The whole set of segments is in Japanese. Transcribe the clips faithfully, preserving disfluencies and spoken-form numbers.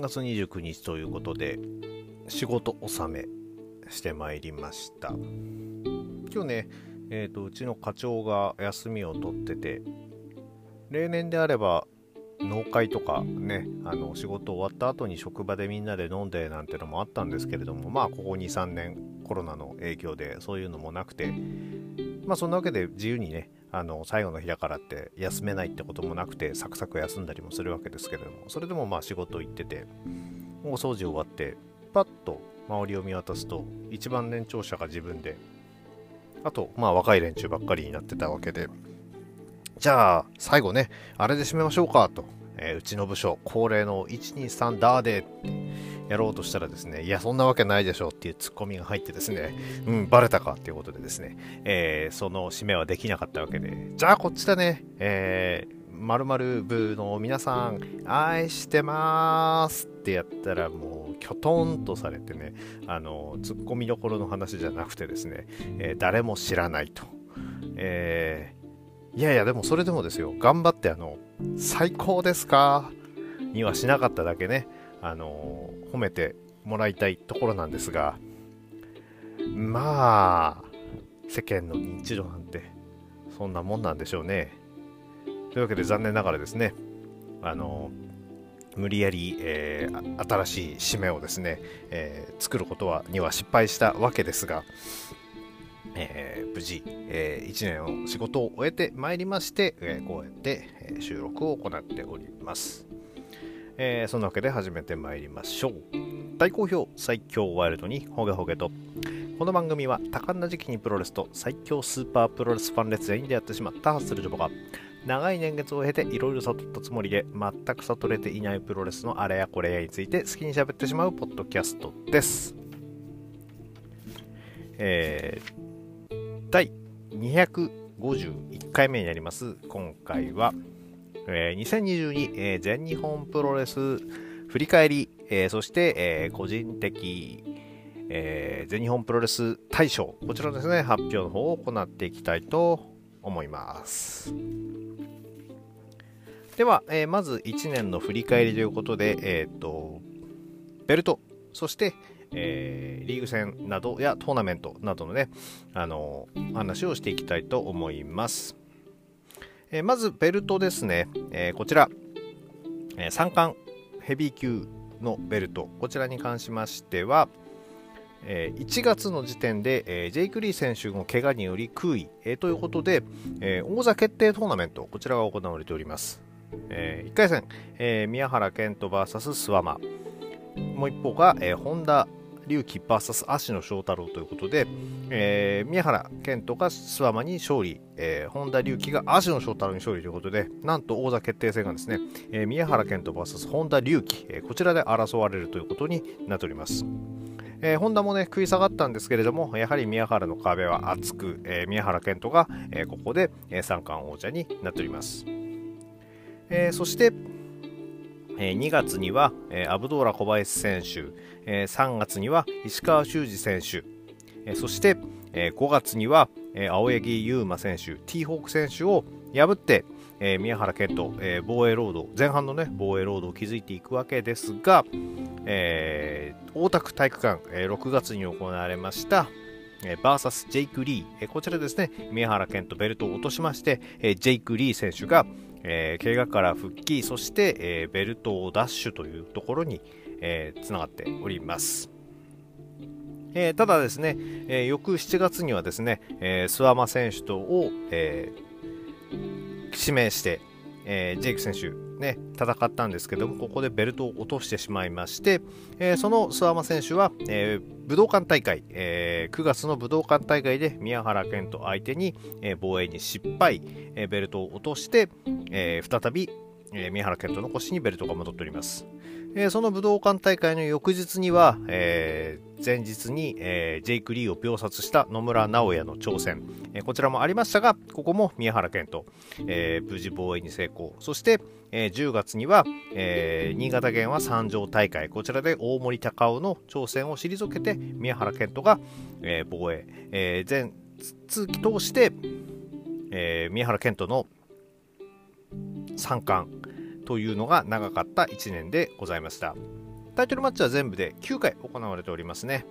がつにじゅうくにちということで仕事納めしてまいりました。今日ね、えーと、うちの課長が休みを取ってて、例年であれば農会とかね、あの仕事終わった後に職場でみんなで飲んでなんてのもあったんですけれども、まあここ にさんねんコロナの影響でそういうのもなくて、まあそんなわけで自由にね、あの最後の日だからって休めないってこともなくて、サクサク休んだりもするわけですけれども、それでもまあ仕事行ってて、もう掃除終わってパッと周りを見渡すと、一番年長者が自分で、あとまあ若い連中ばっかりになってたわけで、じゃあ最後ねあれで締めましょうかと、えー、うちの部署恒例のいちにさんダーでやろうとしたらですね、いやそんなわけないでしょっていうツッコミが入ってですね、うんバレたかっていうことでですね、えー、その締めはできなかったわけで、じゃあこっちだね、えー〇〇部の皆さん愛してまーすってやったら、もうキョトンとされてね、あのツッコミどころの話じゃなくてですね、えー、誰も知らないと、えー、いやいやでもそれでもですよ、頑張ってあの最高ですかにはしなかっただけね、あの褒めてもらいたいところなんですが、まあ世間の認知度なんてそんなもんなんでしょうね。というわけで残念ながらですね、あの無理やり、えー、新しい締めをですね、えー、作ることはには失敗したわけですが、えー、無事、えー、いちねんの仕事を終えてまいりまして、えー、こうやって、えー、収録を行っております。えー、そんなわけで始めてまいりましょう。大好評最強ワイルドにホゲホゲと。この番組は多感な時期にプロレスと最強スーパープロレスファン列全員でやってしまったハッスルジョボが、長い年月を経ていろいろ悟ったつもりで全く悟れていないプロレスのあれやこれやについて好きに喋ってしまうポッドキャストです。えー、だいにひゃくごじゅういっかいめになります今回は、えー、にせんにじゅうに、えー、全日本プロレス振り返り、えー、そして、えー、個人的、えー、全日本プロレス大賞、こちらですね、発表の方を行っていきたいと思います。では、えー、まずいちねんの振り返りということで、えー、とベルト、そして、えー、リーグ戦などやトーナメントなどのね、あのー、話をしていきたいと思います。えー、まずベルトですね、えー、こちら、えー、さん冠ヘビー級のベルト、こちらに関しましては、えー、いちがつの時点で、えー、ジェイク・リー選手の怪我により空位、えー、ということで、えー、王座決定トーナメント、こちらが行われております。えー、いっかい戦、えー、宮原健人 ブイエス 諏訪間、もう一方が、えー、本田隆起 ブイエス 芦野翔太郎ということで、えー、宮原健人が諏訪間に勝利、えー、本田隆起が芦野翔太郎に勝利ということで、なんと王座決定戦がですね、えー、宮原健人 ブイエス 本田隆起、えー、こちらで争われるということになっております。えー、本田もね食い下がったんですけれども、やはり宮原の壁は厚く、えー、宮原健人が、えー、ここで、えー、三冠王者になっております。えー、そして、えー、にがつには、えー、アブドーラ小林選手、えー、さんがつには石川修司選手、えー、そして、えー、ごがつには、えー、青柳優馬選手、T ホーク選手を破って、えー、宮原健人、えー、防衛ロード、前半のね防衛ロードを築いていくわけですが、えー、大田区体育館、えー、ろくがつに行われましたえー、バーサス ジェイク・リー、えー、こちらですね、宮原健人ベルトを落としまして、えー、ジェイク・リー選手が、えー、怪我から復帰、そして、えー、ベルトを奪取というところに、えー、つながっております。えー、ただですね、えー、翌しちがつにはですね、えー、諏訪間選手とを、えー、指名して、えー、ジェイク選手、ね、戦ったんですけども、ここでベルトを落としてしまいまして、えー、その諏訪間選手は、えー、武道館大会、えー、くがつの武道館大会で宮原健人相手に、えー、防衛に失敗、えー、ベルトを落として、えー、再び、えー、宮原健人の腰にベルトが戻っております。えー、その武道館大会の翌日には、えー、前日に、えー、ジェイク・リーを秒殺した野村直哉の挑戦、えー、こちらもありましたが、ここも宮原健人、えー、無事防衛に成功。そして、えー、じゅうがつには、えー、新潟県は三条大会、こちらで大森隆夫の挑戦を退けて宮原健人が、えー、防衛、えー、全通期通して、えー、宮原健人の三冠というのが長かったいちねんでございました。 タイトルマッチは全部できゅうかい行われておりますね。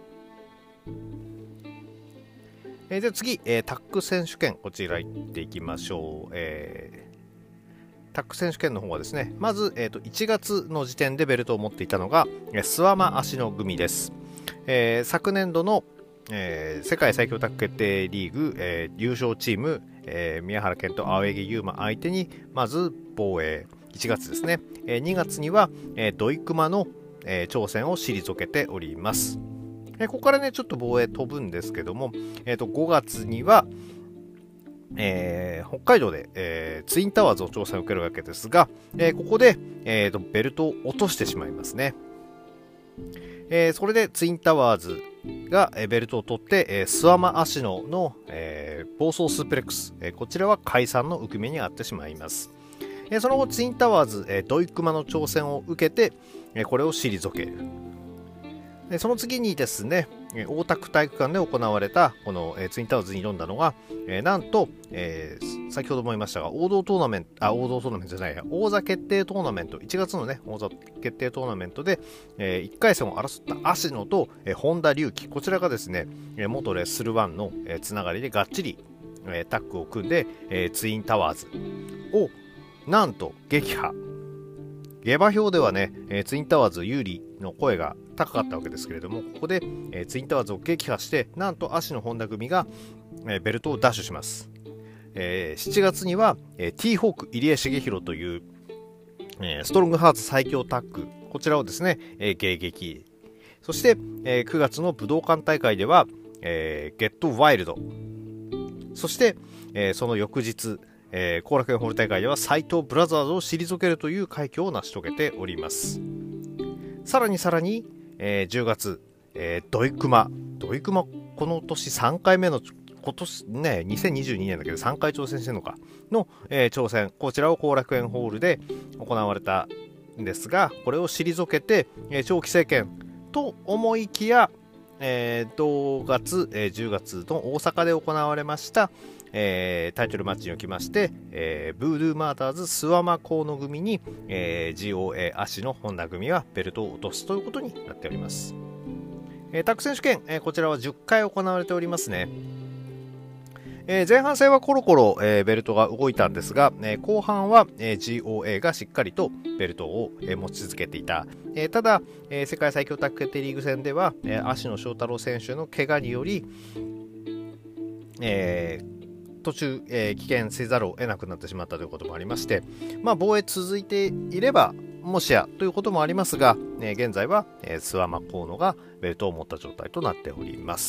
えー、では次、えー、タッグ選手権、こちら行っていきましょう。えー、タッグ選手権の方はですね、まず、えー、といちがつの時点でベルトを持っていたのが、諏訪間芦野組です。えー、昨年度の、えー、世界最強タッグ決定リーグ、えー、優勝チーム、えー、宮原健と青柳優馬相手にまず防衛、いちがつですね。えー、にがつには、えー、土井熊の、えー、挑戦を退けております。えー、ここからねちょっと防衛飛ぶんですけども、えー、とごがつには、えー、北海道で、えー、ツインタワーズの挑戦を受けるわけですが、えー、ここで、えー、とベルトを落としてしまいますね。えー、それでツインタワーズがベルトを取って、えー、諏訪間芦野の、えー、暴走スープレックス、えー、こちらは解散の受け身にあってしまいます。えー、その後ツインタワーズ、えー、土井熊の挑戦を受けて、えー、これを退ける。でその次にですね、大田区体育館で行われたこの、えー、ツインタワーズに挑んだのが、えー、なんと、えー、先ほども言いましたが王道トーナメント、あ、王道トーナメントじゃないや、王座決定トーナメント、いちがつのね、王座決定トーナメントで、えー、いっかい戦を争った芦野と、えー、本田隆起、こちらがですね、えー、元レッスルワンの、えー、つながりでがっちり、えー、タッグを組んで、えー、ツインタワーズをなんと撃破。下馬評ではね、えー、ツインタワーズ有利の声が高かったわけですけれども、ここで、えー、ツインタワーズを撃破して、なんと芦野本田組が、えー、ベルトを奪取します。えー、しちがつには、えー、T ホーク入江茂弘という、えー、ストロングハーツ最強タッグ、こちらをですね、えー、迎撃。そして、えー、くがつの武道館大会では、えー、ゲットワイルド。そして、えー、その翌日、えー、後楽園ホール大会では斎藤ブラザーズを退けるという快挙を成し遂げております。さらにさらに、えー、じゅうがつ、えー、土井熊土井熊この年さんかいめの今年ねにせんにじゅうにねんだけどさんかい挑戦してるのかの、えー、挑戦、こちらを後楽園ホールで行われたんですが、これを退けて、えー、長期政権と思いきや、えー、同月、えー、じゅうがつの大阪で行われましたえー、タイトルマッチにおきまして、えー、ブードゥーマーターズ諏訪間河野組に、えー、ジーオーエー 芦野本田組はベルトを落とすということになっております。えー、タッグ選手権、えー、こちらはじゅっかい行われておりますね。えー、前半戦はコロコロ、えー、ベルトが動いたんですが、えー、後半は、えー、ジーオーエー がしっかりとベルトを、えー、持ち続けていた。えー、ただ、えー、世界最強タッグ決定リーグ戦では、えー、芦野翔太郎選手の怪我により、えー途中、えー、棄権せざるを得なくなってしまったということもありまして、まあ、防衛続いていればもしやということもありますが、えー、現在は、えー、諏訪間河野がベルトを持った状態となっております。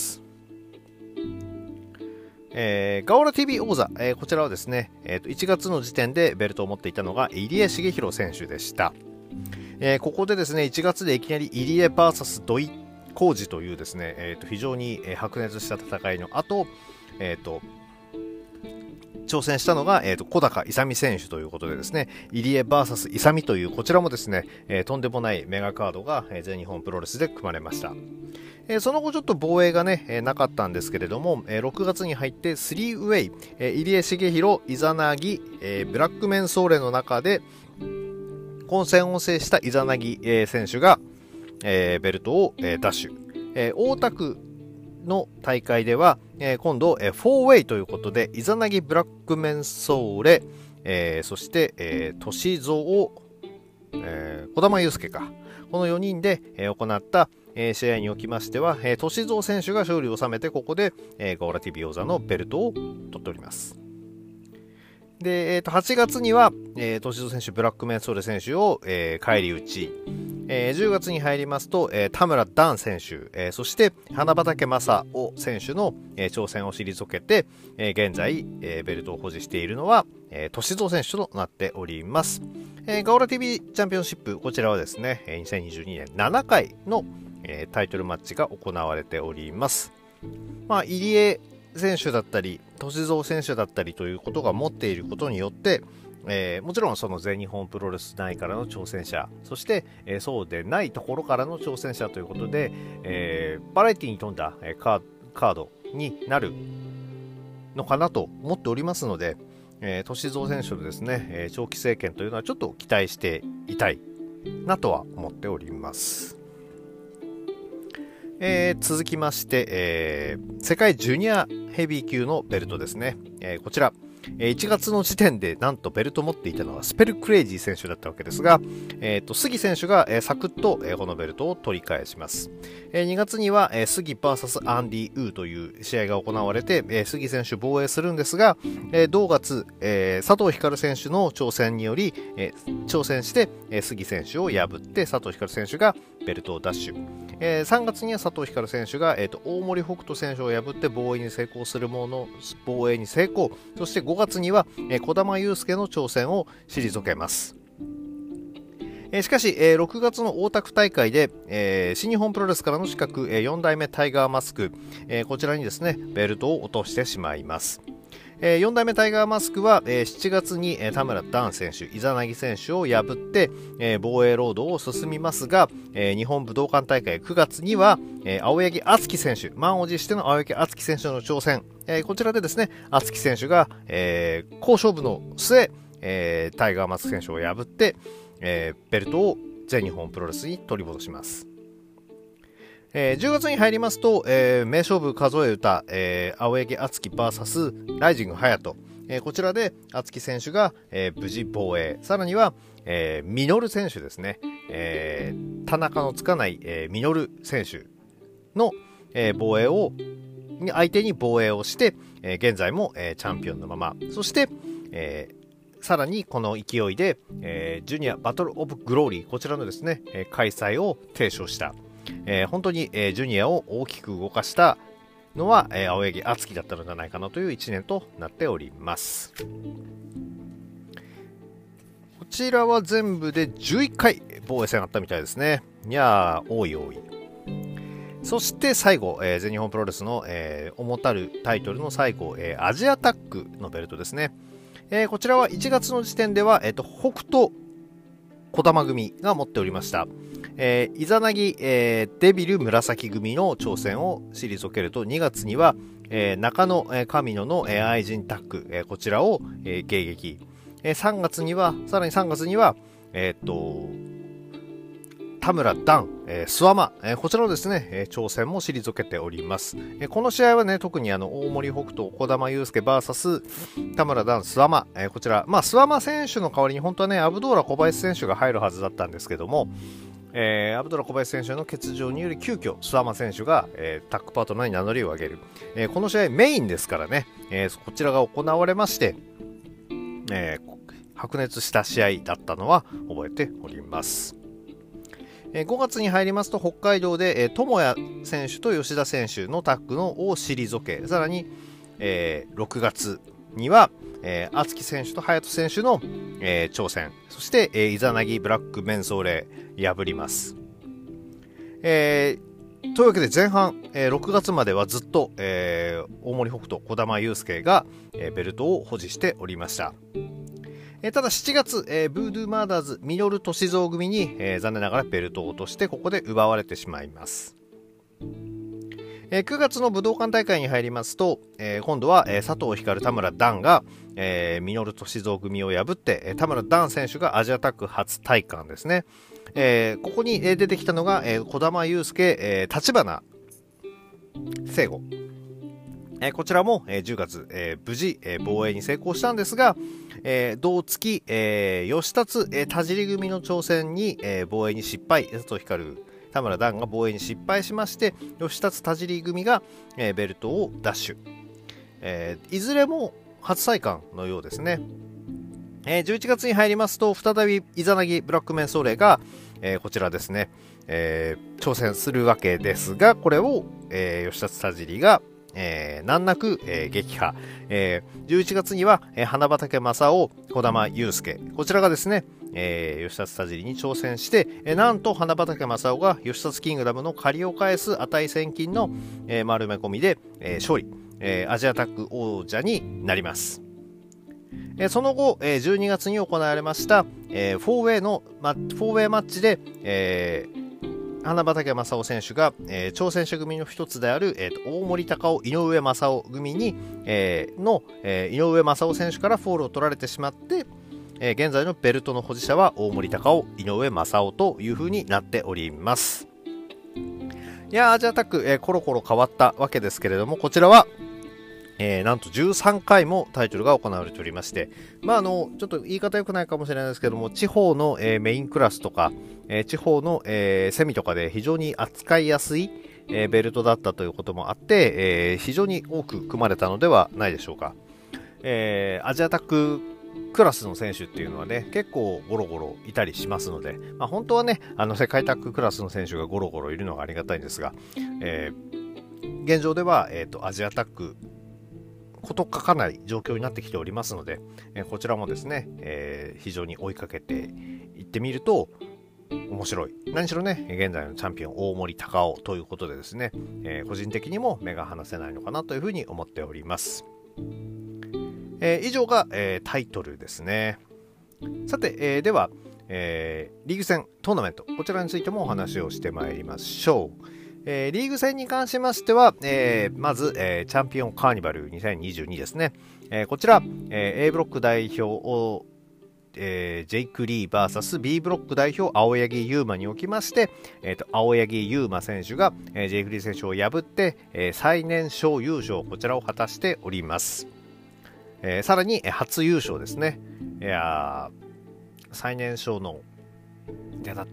えー、ガオラ ティービー 王座、えー、こちらはですね、えー、といちがつの時点でベルトを持っていたのが入江茂弘選手でした。えー、ここでですねいちがつでいきなり入江 ブイエス 土井浩二というですね、えー、と非常に、えー、白熱した戦いの後、えーと挑戦したのが、えー、と小高勇選手ということでですね、入江 ブイエス 勇というこちらもですね、えー、とんでもないメガカードが、えー、全日本プロレスで組まれました。えー、その後ちょっと防衛がね、えー、なかったんですけれども、えー、ろくがつに入ってスリーウェイ、えー、入江茂弘、イザナギ、えー、ブラックメンソーレの中で混戦を制したイザナギ、えー、選手が、えー、ベルトを、えー、奪取、えー、大田区の大会では、えー、今度、えー、フォーウェイということでイザナギブラックメンソーレ、えー、そして、えー、歳三、えー、児玉悠介か、このよにんで、えー、行った、えー、試合におきましては、えー、歳三選手が勝利を収めてここで、えー、ガオラ ティービー 王座のベルトを取っております。で、えー、とはちがつには、えー、歳三選手ブラックメンソーレ選手を、えー、返り討ち、えー、じゅうがつに入りますと、えー、田村段選手、えー、そして花畑正夫選手の、えー、挑戦を退けて、えー、現在、えー、ベルトを保持しているのは、えー、歳三選手となっております。えー、ガオラ ティービー チャンピオンシップ、こちらはですね、にせんにじゅうにねんななかいの、えー、タイトルマッチが行われております。まあ、入江選手だったり、歳三選手だったりということが持っていることによって、えー、もちろんその全日本プロレス内からの挑戦者、そして、えー、そうでないところからの挑戦者ということで、えー、バラエティに富んだ、えー、カー、カードになるのかなと思っておりますので、えー、歳三選手のですね、えー、長期政権というのはちょっと期待していたいなとは思っております。 えー、続きまして、えー、世界ジュニアヘビー級のベルトですね。えー、こちら、いちがつの時点でなんとベルト持っていたのはスペルクレイジー選手だったわけですが、えー、と杉選手が、えー、サクッと、えー、このベルトを取り返します。えー、にがつには、えー、杉 ブイエス アンディ・ウーという試合が行われて、えー、杉選手防衛するんですが、えー、同月、えー、佐藤光選手の挑戦により、えー、挑戦して、えー、杉選手を破って佐藤光選手がベルトを奪取。えー、さんがつには佐藤光選手が、えー、と大森北斗選手を破って防衛に成功するもの防衛に成功。そしてごがつには、えー、児玉悠介の挑戦を退けます。えー、しかし、えー、ろくがつの大田区大会で、えー、新日本プロレスからの資格、えー、よん代目タイガーマスク、えー、こちらにですねベルトを落としてしまいます。えー、よん代目タイガーマスクは、えー、しちがつに、えー、田村ダン選手、イザナギ選手を破って、えー、防衛ロードを進みますが、えー、日本武道館大会くがつには、えー、青柳敦樹選手、満を持しての青柳敦樹選手の挑戦、えー、こちらでですね、敦樹選手が、えー、好勝負の末、えー、タイガーマスク選手を破って、えー、ベルトを全日本プロレスに取り戻します。えー、じゅうがつに入りますと、えー、名勝負数え歌、えー、青柳敦樹 ブイエス ライジング隼人、えー、こちらで敦樹選手が、えー、無事防衛、さらには、えー、ミノル選手ですね、えー、田中のつかない、えー、ミノル選手の、えー、防衛を相手に防衛をして、えー、現在も、えー、チャンピオンのまま、そして、えー、さらにこの勢いで、えー、ジュニアバトルオブグローリー、こちらのですね、えー、開催を提唱した。えー、本当に、えー、ジュニアを大きく動かしたのは、えー、青柳敦樹だったのではないかなといういちねんとなっております。こちらは全部でじゅういっかい防衛戦あったみたいですね。いやー、多い多い。そして最後、えー、全日本プロレスの、えー、主たるタイトルの最後、えー、アジアタックのベルトですね。えー、こちらはいちがつの時点では、えーと、北斗児玉組が持っておりました。えー、イザナギ、えー、デビル紫組の挑戦を退けると、にがつには、えー、中野、えー、神野の、えー、愛人タッグ、えー、こちらを、えー、迎撃。えー、さんがつには、さらにさんがつには、えー、っと、田村ダン、えー、スワマ、えー、こちらのですね、えー、挑戦も退けております。えー、この試合はね、特にあの、大森北斗、児玉悠介 ブイエス 田村ダン、スワマ、えー、こちら、まあ、スワマ選手の代わりに本当はね、アブドーラ小林選手が入るはずだったんですけども、えー、アブドラ小林選手の欠場により急遽スワマ選手が、えー、タッグパートナーに名乗りを上げる、えー、この試合メインですからね、えー、こちらが行われまして、えー、白熱した試合だったのは覚えております。えー、ごがつに入りますと北海道で、えー、友谷選手と吉田選手のタッグのを退け、さらに、えー、ろくがつにはえー、敦樹選手と隼人選手の、えー、挑戦、そして、えー、イザナギブラックメンソーレ破ります。えー、というわけで前半、えー、ろくがつまではずっと、えー、大森北斗、児玉悠介が、えー、ベルトを保持しておりました。えー、ただしちがつ、えー、ブードゥーマーダーズミノル歳三組に、えー、残念ながらベルトを落としてここで奪われてしまいます。えー、くがつの武道館大会に入りますと、えー、今度は、えー、佐藤光田村ダンが、えー、ミノル歳三組を破って、えー、田村ダン選手がアジアタック初体感ですね。えー、ここに、えー、出てきたのが、えー、児玉悠介、えー、立花聖吾、えー、こちらも、えー、じゅうがつ、えー、無事、えー、防衛に成功したんですが、えー、同月、えー、吉達、えー、田尻組の挑戦に、えー、防衛に失敗、佐藤光田村ダンが防衛に失敗しまして、吉達田尻組が、えー、ベルトを奪取、えー、いずれも初再感のようですね。えー、じゅういちがつに入りますと再びイザナギブラックメンソーレが、えー、こちらですね、えー、挑戦するわけですが、これを、えー、吉達田尻が、えー、難なく、えー、撃破、えー、じゅういちがつには、えー、花畑正雄、児玉悠介、こちらがですね、えー、吉達田尻に挑戦して、えー、なんと花畑正雄が吉達キングダムの借りを返す値千金の、えー、丸め込みで、えー、勝利、えー、アジアタック王者になります。えー、その後、えー、じゅうにがつに行われました、えー、フォーウェイの、ま、フォーウェイマッチで、えー、花畑正雄選手が、えー、挑戦者組の一つである、えー、と大森隆夫、井上正雄組に、えー、の、えー、井上正雄選手からフォールを取られてしまって、えー、現在のベルトの保持者は大森隆夫、井上正雄という風になっております。 いやー、アジアタック、えー、コロコロ変わったわけですけれども、こちらは、えー、なんとじゅうさんかいもタイトルが行われておりまして、まあ、あの、ちょっと言い方良くないかもしれないですけども、地方の、えー、メインクラスとか、えー、地方の、えー、セミとかで非常に扱いやすい、えー、ベルトだったということもあって、えー、非常に多く組まれたのではないでしょうか。えー、アジアタッククラスの選手っていうのはね、結構ゴロゴロいたりしますので、まあ、本当はね、あの世界タッククラスの選手がゴロゴロいるのがありがたいんですが、えー、現状では、えーと、アジアタックこと書かない状況になってきておりますので、えー、こちらもですね、えー、非常に追いかけていってみると面白い。何しろね、現在のチャンピオン大森隆夫ということでですね、えー、個人的にも目が離せないのかなというふうに思っております。えー、以上が、えー、タイトルですね。さて、えー、では、えー、リーグ戦トーナメント、こちらについてもお話をしてまいりましょう。えー、リーグ戦に関しましては、えー、まず、えー、チャンピオンカーニバルにせんにじゅうにですね。えー、こちら、えー、A ブロック代表を、えー、ジェイク・リー ブイエス B ブロック代表青柳優馬におきまして、えー、と青柳優馬選手が、えー、ジェイク・リー選手を破って、えー、最年少優勝、こちらを果たしております。えー、さらに、えー、初優勝ですね。いや最年少の、いやだって、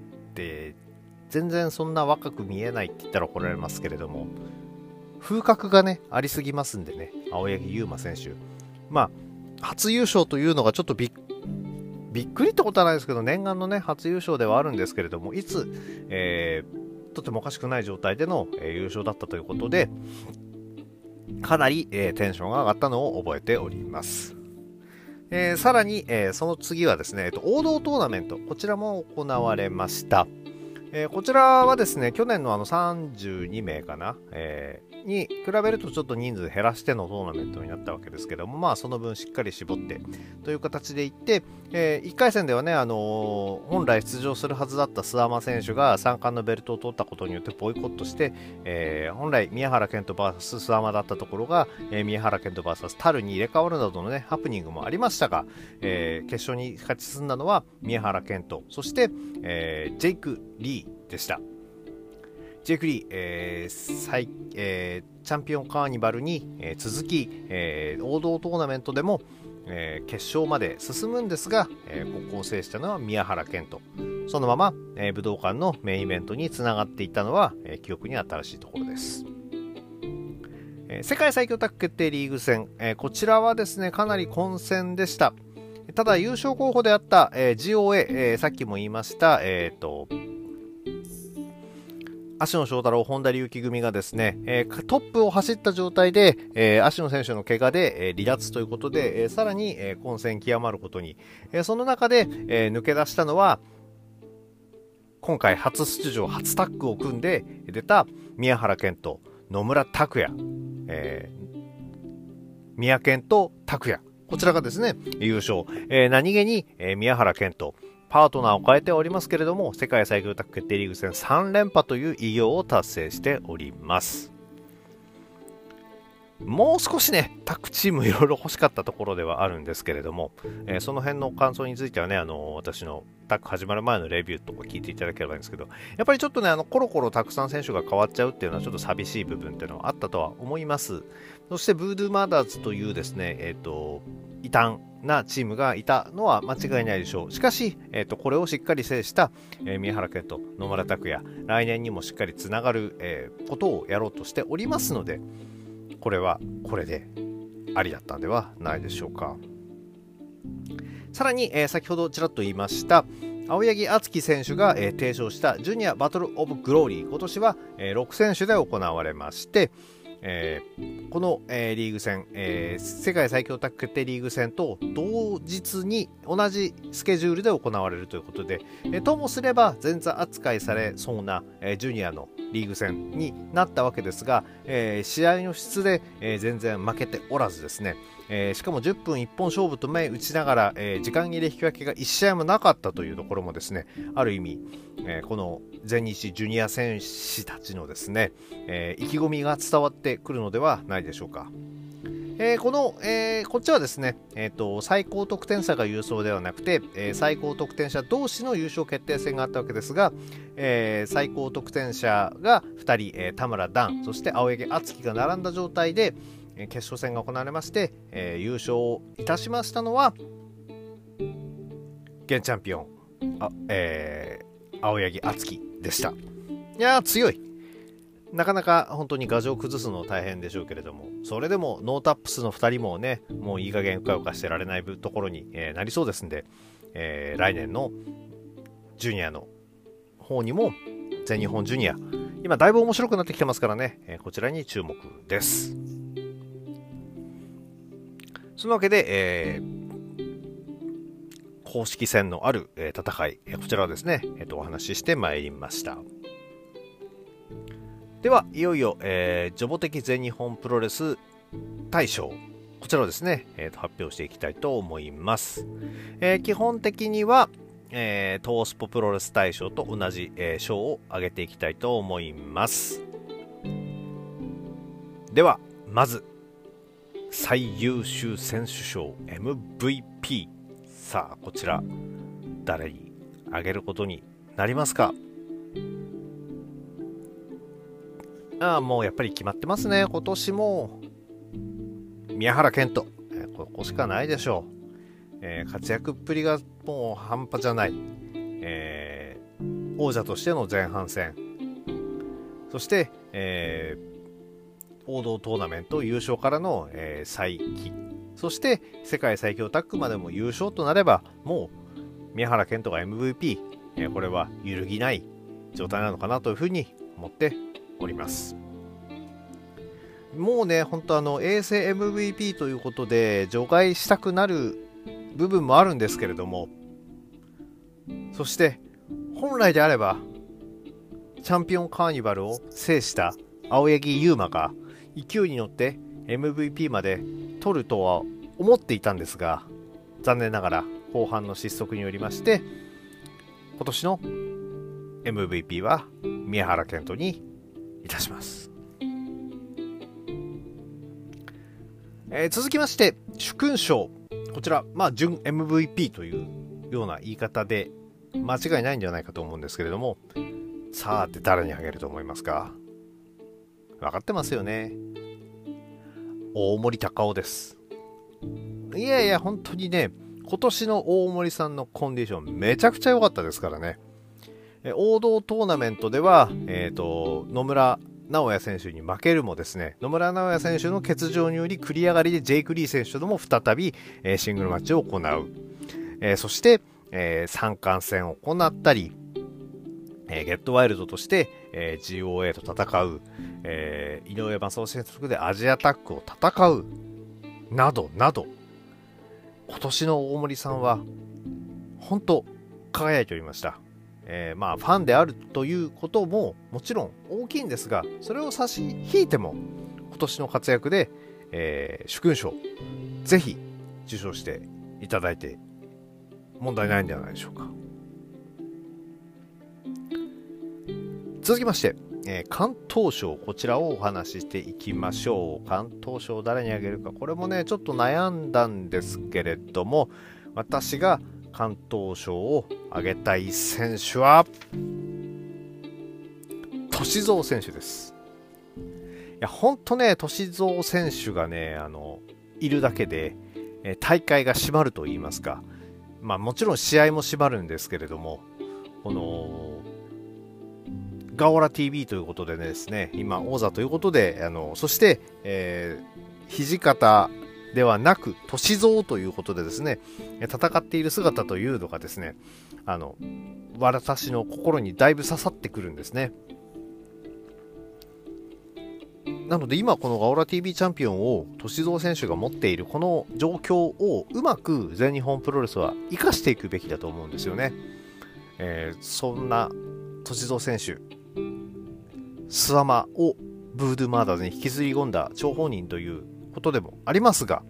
全然そんな若く見えないって言ったら怒られますけれども、風格がね、ありすぎますんでね、青柳優馬選手。まあ、初優勝というのがちょっとびっ、びっくりってことはないですけど、念願のね、初優勝ではあるんですけれども、いつ、えー、とてもおかしくない状態での、えー、優勝だったということで、かなり、えー、テンションが上がったのを覚えております。えー、さらに、えー、その次はですね、えーと、王道トーナメント、こちらも行われました。えー、こちらはですね、去年のあのさんじゅうにめいかな、えー、に比べるとちょっと人数減らしてのトーナメントになったわけですけども、まあその分しっかり絞ってという形でいって、えー、いっかい戦ではね、あのー、本来出場するはずだった須山選手がさん冠のベルトを取ったことによってボイコットして、えー、本来宮原健人 ブイエス 須山だったところが、えー、宮原健人 ブイエス タルに入れ替わるなどのね、ハプニングもありましたが、えー、決勝に勝ち進んだのは宮原健人、そして、えー、ジェイク・リーでした。ジェイク・リー、えー最えー、チャンピオンカーニバルに、えー、続き、えー、王道トーナメントでも、えー、決勝まで進むんですが、えー、ここを制したのは宮原健人。そのまま、えー、武道館のメインイベントにつながっていったのは、えー、記憶に新しいところです。えー、世界最強タッグ決定リーグ戦、えー、こちらはですね、かなり混戦でした。ただ優勝候補であった、えー、ジーオーエー、えー、さっきも言いました、えーと芦野翔太郎、本田隆起組がですね、えー、トップを走った状態で、えー、芦野選手の怪我で、えー、離脱ということで、えー、さらに、えー、混戦極まることに、えー、その中で、えー、抜け出したのは、今回初出場、初タッグを組んで出た宮原健人、野村拓也、えー、宮健と拓也、こちらがですね、優勝。えー、何気に、えー、宮原健人、パートナーを変えておりますけれども、世界最強タッグ決定リーグ戦さん連覇という偉業を達成しております。もう少しね、タッグチームいろいろ欲しかったところではあるんですけれども、えー、その辺の感想についてはね、あのー、私のタッグ始まる前のレビューとか聞いていただければいいんですけど、やっぱりちょっとね、あのコロコロたくさん選手が変わっちゃうっていうのはちょっと寂しい部分っていうのはあったとは思います。そしてブードゥーマダーズというですね、えっと、異端なチームがいたのは間違いないでしょう。しかし、えっと、これをしっかり制した、えー、宮原健人、野村拓也、来年にもしっかりつながる、えー、ことをやろうとしておりますので、これはこれでありだったんではないでしょうか。さらに、えー、先ほどちらっと言いました青柳敦樹選手が、えー、提唱したジュニアバトルオブグローリー、今年は、えー、ろく選手で行われまして、えー、この、えー、リーグ戦、えー、世界最強タッグ決定リーグ戦と同日に同じスケジュールで行われるということで、えー、ともすれば前座扱いされそうな、えー、ジュニアのリーグ戦になったわけですが、えー、試合の質で、えー、全然負けておらずですね、えー、しかもじゅっぷん一本勝負と銘打ちながら、えー、時間切れ引き分けがいち試合もなかったというところもですね、ある意味、えー、この全日ジュニア選手たちのですね、えー、意気込みが伝わってくるのではないでしょうか。 えー、この、えー、こっちはですね、えーと、最高得点者が優勝ではなくて、えー、最高得点者同士の優勝決定戦があったわけですが、えー、最高得点者がふたり、えー、田村段、そして青柳敦樹が並んだ状態で、えー、決勝戦が行われまして、えー、優勝いたしましたのは、現チャンピオン、あえー、青柳敦樹でした。いやー、強い。なかなか本当に牙城を崩すの大変でしょうけれども、それでもノータップスのふたりもね、もういい加減うかうかしてられないところに、えー、なりそうですんで、えー、来年のジュニアの方にも全日本ジュニア、今だいぶ面白くなってきてますからね、えー、こちらに注目です。そのわけで、えー、公式戦のある、えー、戦い、えー、こちらをですね、えー、とお話ししてまいりました。ではいよいよ、えー、ジョボ的全日本プロレス大賞、こちらをですね、えー、と発表していきたいと思います。えー、基本的には、えー、東スポプロレス大賞と同じ、えー、賞を挙げていきたいと思います。ではまず最優秀選手賞 エムブイピー、 さあこちら誰に挙げることになりますか？ああ、もうやっぱり決まってますね。今年も宮原健人、えー、ここしかないでしょう。えー、活躍っぷりがもう半端じゃない、えー、王者としての前半戦、そして、えー、王道トーナメント優勝からの、えー、再起、そして世界最強タッグまでも優勝となれば、もう宮原健人が エムブイピー、えー、これは揺るぎない状態なのかなというふうに思っております。もうね、本当あの衛星 エムブイピー ということで除外したくなる部分もあるんですけれども、そして本来であればチャンピオンカーニバルを制した青柳優馬が勢いに乗って エムブイピー まで取るとは思っていたんですが、残念ながら後半の失速によりまして今年の エムブイピー は宮原健人にいたします。えー、続きまして主勲章、こちらまあ準 エムブイピー というような言い方で間違いないんじゃないかと思うんですけれども、さあって誰にあげると思いますか？分かってますよね。大森隆夫です。いやいや本当にね、今年の大森さんのコンディションめちゃくちゃ良かったですからね。王道トーナメントでは、えーと、野村直哉選手に負けるもですね、野村直哉選手の欠場により繰り上がりでジェイク・リー選手とも再び、えー、シングルマッチを行う、えー、そして、えー、三冠戦を行ったり、えー、ゲットワイルドとして、えー、ジーオーエー と戦う、えー、井上正雄選手でアジアタッグを戦うなどなど、今年の大森さんは本当輝いておりました。えー、まあファンであるということももちろん大きいんですが、それを差し引いても今年の活躍で、えー、主勲章ぜひ受賞していただいて問題ないんじゃないでしょうか。続きまして、えー、関東賞、こちらをお話ししていきましょう。関東賞誰にあげるか、これもねちょっと悩んだんですけれども、私が関東賞を挙げたい選手は歳三選手です。いや本当ね、歳三選手がねあのいるだけで、え大会が締まると言いますか、まあもちろん試合も締まるんですけれども、このガオラ ティーブイ ということでですね、今王座ということで、あのそして、えー、土方ではなく歳三ということでですね、戦っている姿というのがですね、あの私の心にだいぶ刺さってくるんですね。なので今このガオラ ティーブイ チャンピオンを歳三選手が持っているこの状況をうまく全日本プロレスは生かしていくべきだと思うんですよね。えー、そんな歳三選手、スワマをブードゥーマーダーズに引きずり込んだ張本人ということでもありますが、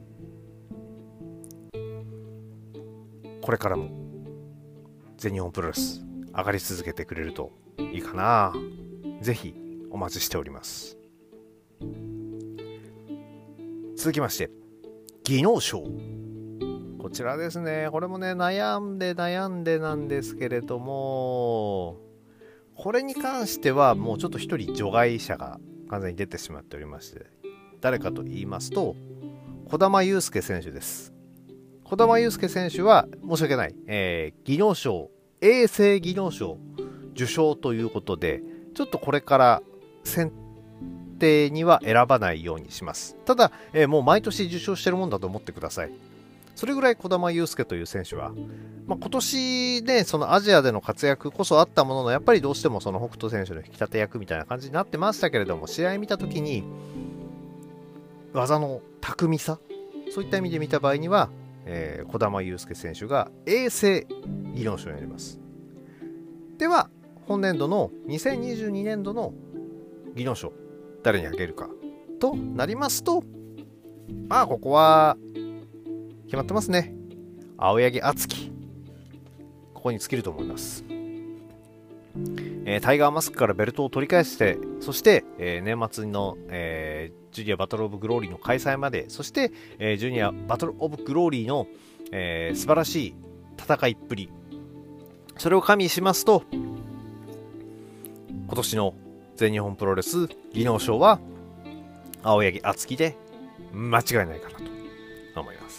これからも全日本プロレス上がり続けてくれるといいかな。ぜひお待ちしております。続きまして技能賞。こちらですね、これもね、悩んで悩んでなんですけれども、これに関してはもうちょっと一人除外者が完全に出てしまっておりまして、誰かと言いますと、児玉悠介選手です。児玉悠介選手は申し訳ない、えー、技能賞、永世技能賞受賞ということで、ちょっとこれから選定には選ばないようにします。ただ、えー、もう毎年受賞してるもんだと思ってください。それぐらい児玉悠介という選手は、まあ、今年ね、そのアジアでの活躍こそあったものの、やっぱりどうしてもその北斗選手の引き立て役みたいな感じになってましたけれども、試合見たときに技の巧みさ、そういった意味で見た場合には、えー、児玉悠介選手が永世技能賞になります。では本年度のにせんにじゅうにねんどの技能賞、誰にあげるかとなりますと、まあここは決まってますね。青柳敦樹、ここに尽きると思います。えー、タイガーマスクからベルトを取り返して、そして、えー、年末の、えー、ジュニアバトルオブグローリーの開催まで、そして、えー、ジュニアバトルオブグローリーの、えー、素晴らしい戦いっぷり、それを加味しますと、今年の全日本プロレス技能賞は青柳敦樹で間違いないかなと思います。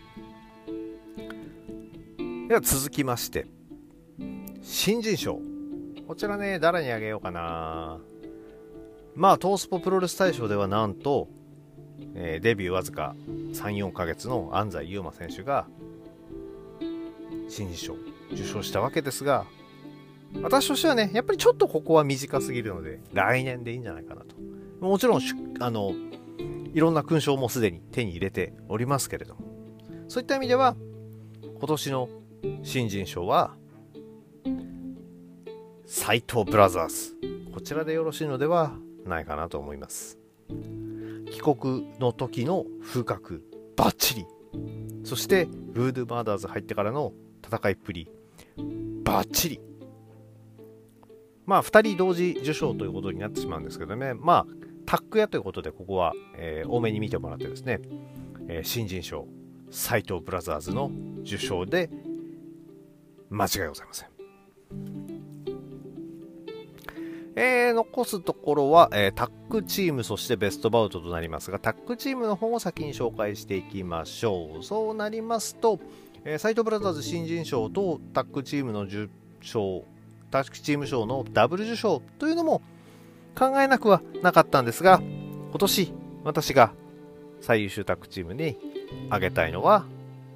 では続きまして、新人賞。こちらね、誰にあげようかな。まあ、トースポプロレス大賞ではなんと、えー、デビューわずかさん、よんかげつの安西優真選手が新人賞受賞したわけですが、私としてはね、やっぱりちょっとここは短すぎるので、来年でいいんじゃないかなと。もちろん、あの、いろんな勲章もすでに手に入れておりますけれども、そういった意味では、今年の新人賞は、斎藤ブラザーズ。こちらでよろしいのではないかなと思います。帰国の時の風格、バッチリ。そして、ルードゥマーダーズ入ってからの戦いっぷり、バッチリ。まあ、ふたり同時受賞ということになってしまうんですけどね、まあ、タッグ屋ということで、ここは、えー、多めに見てもらってですね、えー、新人賞、斎藤ブラザーズの受賞で、間違いございません。えー、残すところは、えー、タッグチーム、そしてベストバウトとなりますが、タッグチームの方を先に紹介していきましょう。そうなりますと、えー、斎藤ブラザーズ新人賞とタッグチームの受賞、タッグチーム賞のダブル受賞というのも考えなくはなかったんですが、今年私が最優秀タッグチームに挙げたいのは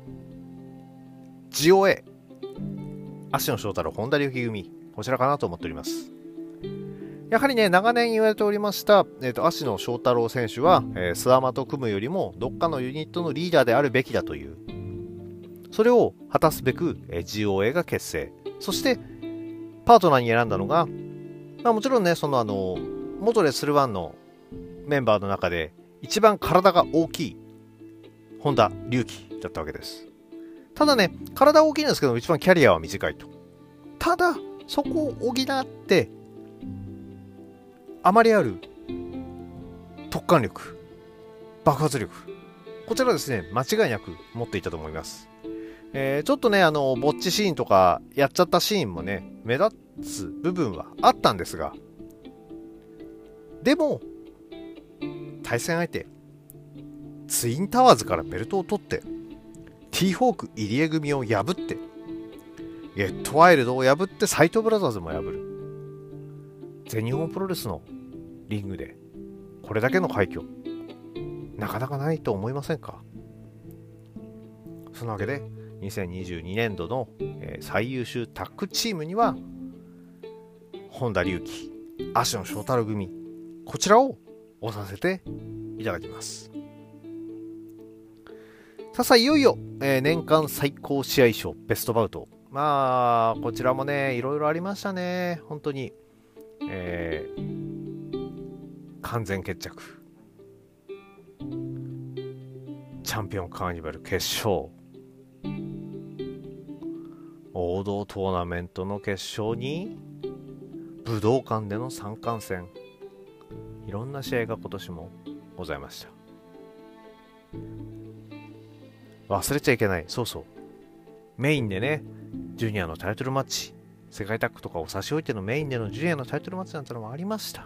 ジーオーエー 芦野翔太郎本田隆起組、こちらかなと思っております。やはりね、長年言われておりました、えーと、芦野翔太郎選手は、えー、スワマと組むよりもどっかのユニットのリーダーであるべきだという、それを果たすべく、えー、ジーオーエー が結成、そしてパートナーに選んだのが、まあ、もちろんね、そのあの元レッスルワンのメンバーの中で一番体が大きい本田隆起だったわけです。ただね、体は大きいんですけど一番キャリアは短いと。ただそこを補ってあまりある突貫力、爆発力、こちらですね、間違いなく持っていたと思います。えー、ちょっとね、あのぼっちシーンとかやっちゃったシーンもね、目立つ部分はあったんですが、でも対戦相手ツインタワーズからベルトを取って、ティーホーク入江組を破って、ゲットワイルドを破って、斎藤ブラザーズも破る。全日本プロレスのリングでこれだけの快挙、なかなかないと思いませんか？そのわけでにせんにじゅうにねんどの、えー、最優秀タッグチームには本田隆起、芦野翔太郎組、こちらを押させていただきます。さあさあ、いよいよ、えー、年間最高試合賞ベストバウト、まあこちらもね、いろいろありましたね。本当に、えー、完全決着、チャンピオンカーニバル決勝、王道トーナメントの決勝に武道館での三冠戦、いろんな試合が今年もございました。 忘れちゃいけない。そうそう。メインでね、ジュニアのタイトルマッチ、世界タッグとかを差し置いてのメインでのジュニアのタイトルマッチなんてのもありました。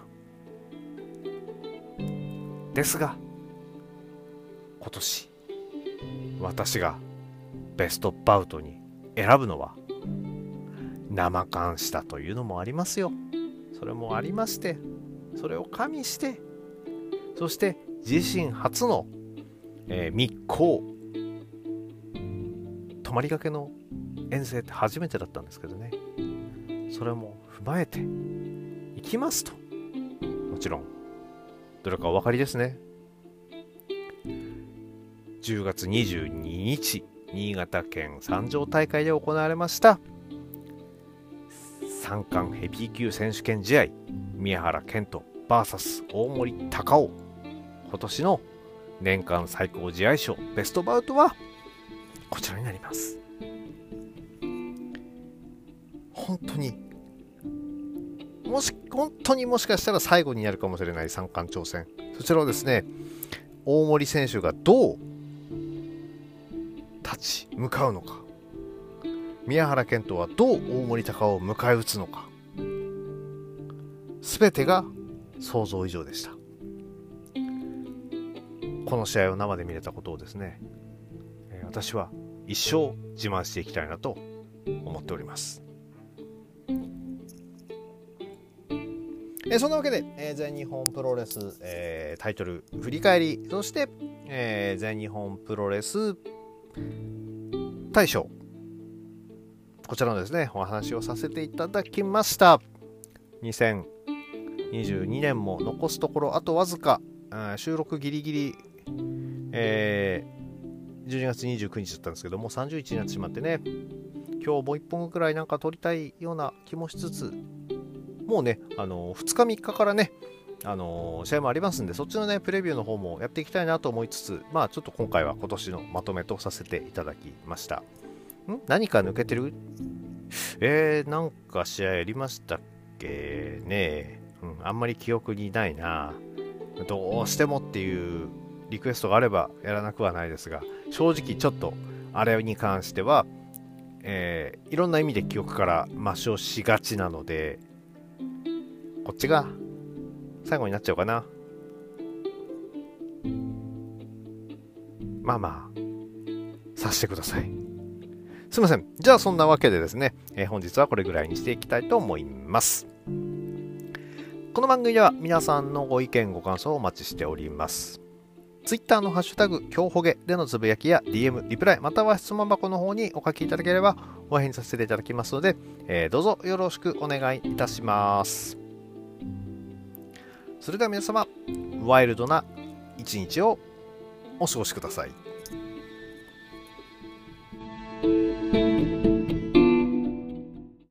ですが、今年、私がベストバウトに選ぶのは、生還したというのもありますよ。それもありまして、それを加味して、そして自身初の、えー、密航、泊まりがけの遠征って初めてだったんですけどね。それも踏まえていきますと。もちろん、どれかお分かりですね。じゅうがつにじゅうににち、新潟県三条大会で行われました三冠ヘビー級選手権試合、宮原健人 ブイエス 大森隆夫。今年の年間最高試合賞ベストバウトはこちらになります。本当にもし本当にもしかしたら最後になるかもしれない三冠挑戦、そちらをですね、大森選手がどう立ち向かうのか、宮原健人はどう大森隆夫を迎え撃つのか、すべてが想像以上でした。この試合を生で見れたことをですね、私は一生自慢していきたいなと思っております。えそんなわけで、えー、全日本プロレス、えー、タイトル振り返り、そして、えー、全日本プロレス大賞、こちらのですねお話をさせていただきました。にせんにじゅうにねんも残すところあとわずか、収録ギリギリ、えー、じゅうにがつにじゅうくにちだったんですけども、さんじゅういちになってしまってね、今日もういっぽんくらいなんか撮りたいような気もしつつ、もうね、あのー、ふつかみっかからね、あのー、試合もありますんで、そっちのねプレビューの方もやっていきたいなと思いつつ、まあちょっと今回は今年のまとめとさせていただきました。ん何か抜けてる？えー、なんか試合やりましたっけね、うん、あんまり記憶にないな。どうしてもっていうリクエストがあればやらなくはないですが、正直ちょっとあれに関しては、えー、いろんな意味で記憶から抹消しがちなので、こっちが最後になっちゃうかな。まあまあさせてください。すいません。じゃあそんなわけでですね、えー、本日はこれぐらいにしていきたいと思います。この番組では皆さんのご意見ご感想をお待ちしております。Twitter のハッシュタグ今日ほげでのつぶやきや ディーエム リプライまたは質問箱の方にお書きいただければお返事させていただきますので、えー、どうぞよろしくお願いいたします。それでは皆様、ワイルドな一日をお過ごしください。